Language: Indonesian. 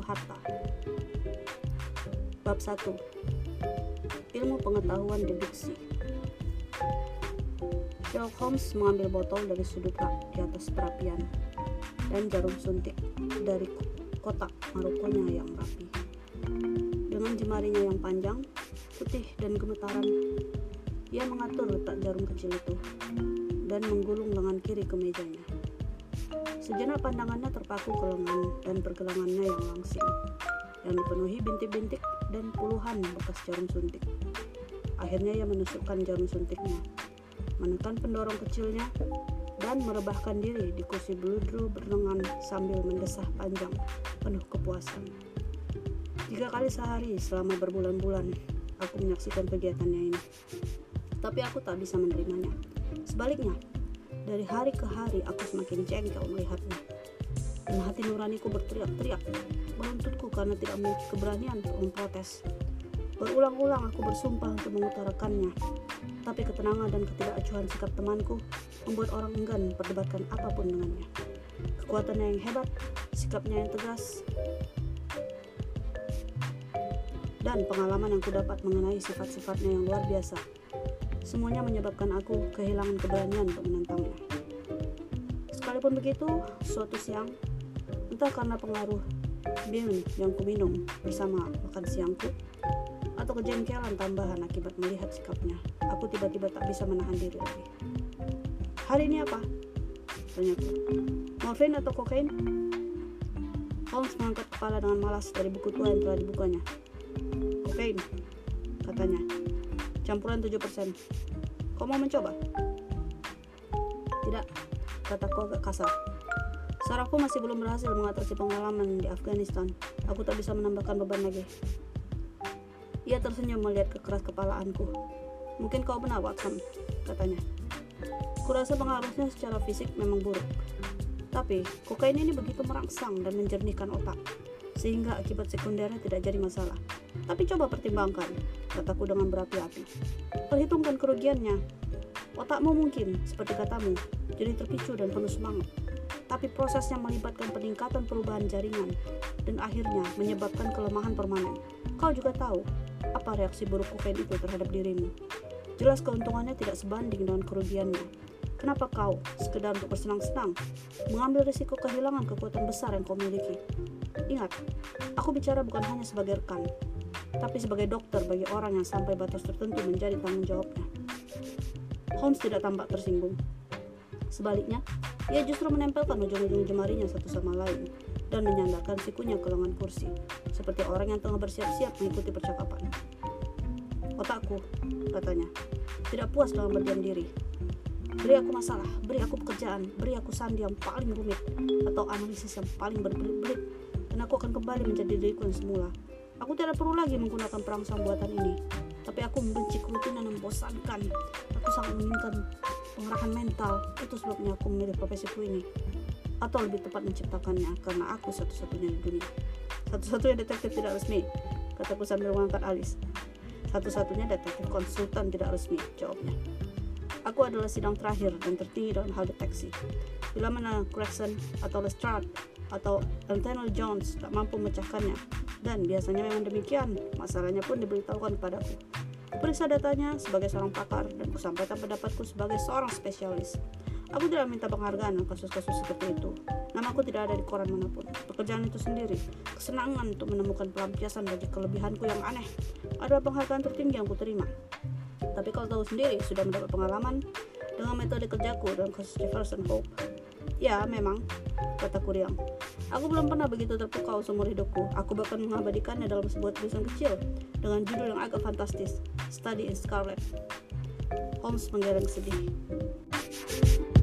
harta. Bab 1. Ilmu pengetahuan deduksi. Sherlock Holmes mengambil botol dari sudut rak di atas perapian dan jarum suntik dari kotak marukonya yang rapi. Dengan jemarinya yang panjang, putih dan gemetaran, ia mengatur letak jarum kecil itu dan menggulung lengan kiri ke mejanya. Sejenak pandangannya terpaku ke lengan dan pergelangannya yang langsing, yang dipenuhi bintik-bintik dan puluhan bekas jarum suntik. Akhirnya ia menusukkan jarum suntiknya, menekan pendorong kecilnya, dan merebahkan diri di kursi beludru berlengan sambil mendesah panjang, penuh kepuasan. 3 kali sehari selama berbulan-bulan, aku menyaksikan kegiatannya ini. Tapi aku tak bisa menerimanya. Sebaliknya, dari hari ke hari aku semakin jengkel melihatnya. Dan hati nuraniku berteriak-teriak, menuntutku karena tidak memiliki keberanian untuk memprotes. Berulang-ulang aku bersumpah untuk mengutarakannya, tapi ketenangan dan ketidakacuhan sikap temanku membuat orang enggan memperdebatkan apapun dengannya. Kekuatannya yang hebat, sikapnya yang tegas, dan pengalaman yang kudapat mengenai sifat-sifatnya yang luar biasa, semuanya menyebabkan aku kehilangan keberanian untuk menentangnya. Sekalipun begitu, suatu siang, entah karena pengaruh bingung yang kuminum bersama makan siangku, atau kejengkelan tambahan akibat melihat sikapnya, aku tiba-tiba tak bisa menahan diri lagi. "Hari ini apa?" tanyaku. "Morfin atau kokain?" Holmes mengangkat kepala dengan malas dari buku tua yang telah dibukanya. "Kokain," katanya. "Campuran 7%. Kau mau mencoba?" "Tidak," kataku agak kasar. "Sarafku masih belum berhasil mengatasi pengalaman di Afghanistan. Aku tak bisa menambahkan beban lagi." Ia tersenyum melihat kekeras kepalaanku. "Mungkin kau benar, Watson," katanya. "Kurasa pengaruhnya secara fisik memang buruk. Tapi kokain ini begitu merangsang dan menjernihkan otak, sehingga akibat sekundernya tidak jadi masalah. Tapi coba pertimbangkan," kataku dengan berapi-api. "Perhitungkan kerugiannya. Otakmu mungkin, seperti katamu, jadi terpicu dan penuh semangat. Tapi prosesnya melibatkan peningkatan perubahan jaringan dan akhirnya menyebabkan kelemahan permanen. Kau juga tahu apa reaksi buruk kokain itu terhadap dirimu. Jelas keuntungannya tidak sebanding dengan kerugiannya. Kenapa kau, sekedar untuk bersenang-senang, mengambil risiko kehilangan kekuatan besar yang kau miliki? Ingat, aku bicara bukan hanya sebagai rekan, tapi sebagai dokter bagi orang yang sampai batas tertentu menjadi tanggung jawabnya." Holmes tidak tampak tersinggung. Sebaliknya, ia justru menempelkan ujung-ujung jemarinya satu sama lain dan menyandarkan sikunya ke lengan kursi, seperti orang yang tengah bersiap-siap mengikuti percakapan. "Otakku," katanya, "tidak puas dengan berdiam diri. Beri aku masalah, beri aku pekerjaan, beri aku sandi yang paling rumit atau analisis yang paling berbelit-belit, dan aku akan kembali menjadi diriku yang semula. Aku tidak perlu lagi menggunakan perangsang buatan ini, tapi aku membenci kerutinan yang membosankan. Aku sangat menginginkan pengerahan mental. Itu sebabnya aku memilih profesiku ini. Atau lebih tepat menciptakannya, karena aku satu-satunya di dunia." "Satu-satunya detektif tidak resmi," kataku sambil mengangkat alis. "Satu-satunya detektif konsultan tidak resmi," jawabnya. "Aku adalah sidang terakhir dan tertinggi dalam hal deteksi. Bila mana Gregson atau Lestrade atau Nathaniel Jones tak mampu memecahkannya, dan biasanya memang demikian, masalahnya pun diberitahukan kepadaku. Periksa datanya sebagai seorang pakar dan kusampaikan pendapatku sebagai seorang spesialis. Aku tidak minta penghargaan dalam kasus-kasus seperti itu. Namaku tidak ada di koran manapun. Pekerjaan itu sendiri, kesenangan untuk menemukan pelampiasan bagi kelebihanku yang aneh, adalah penghargaan tertinggi yang kuterima. Tapi kau tahu sendiri, sudah mendapat pengalaman dengan metode kerjaku dalam kasus Jefferson Hope." "Ya, memang," kataku riang. "Aku belum pernah begitu terpukau seumur hidupku. Aku bahkan mengabadikannya dalam sebuah tulisan kecil dengan judul yang agak fantastis, Study in Scarlet." Holmes menggeleng sedih.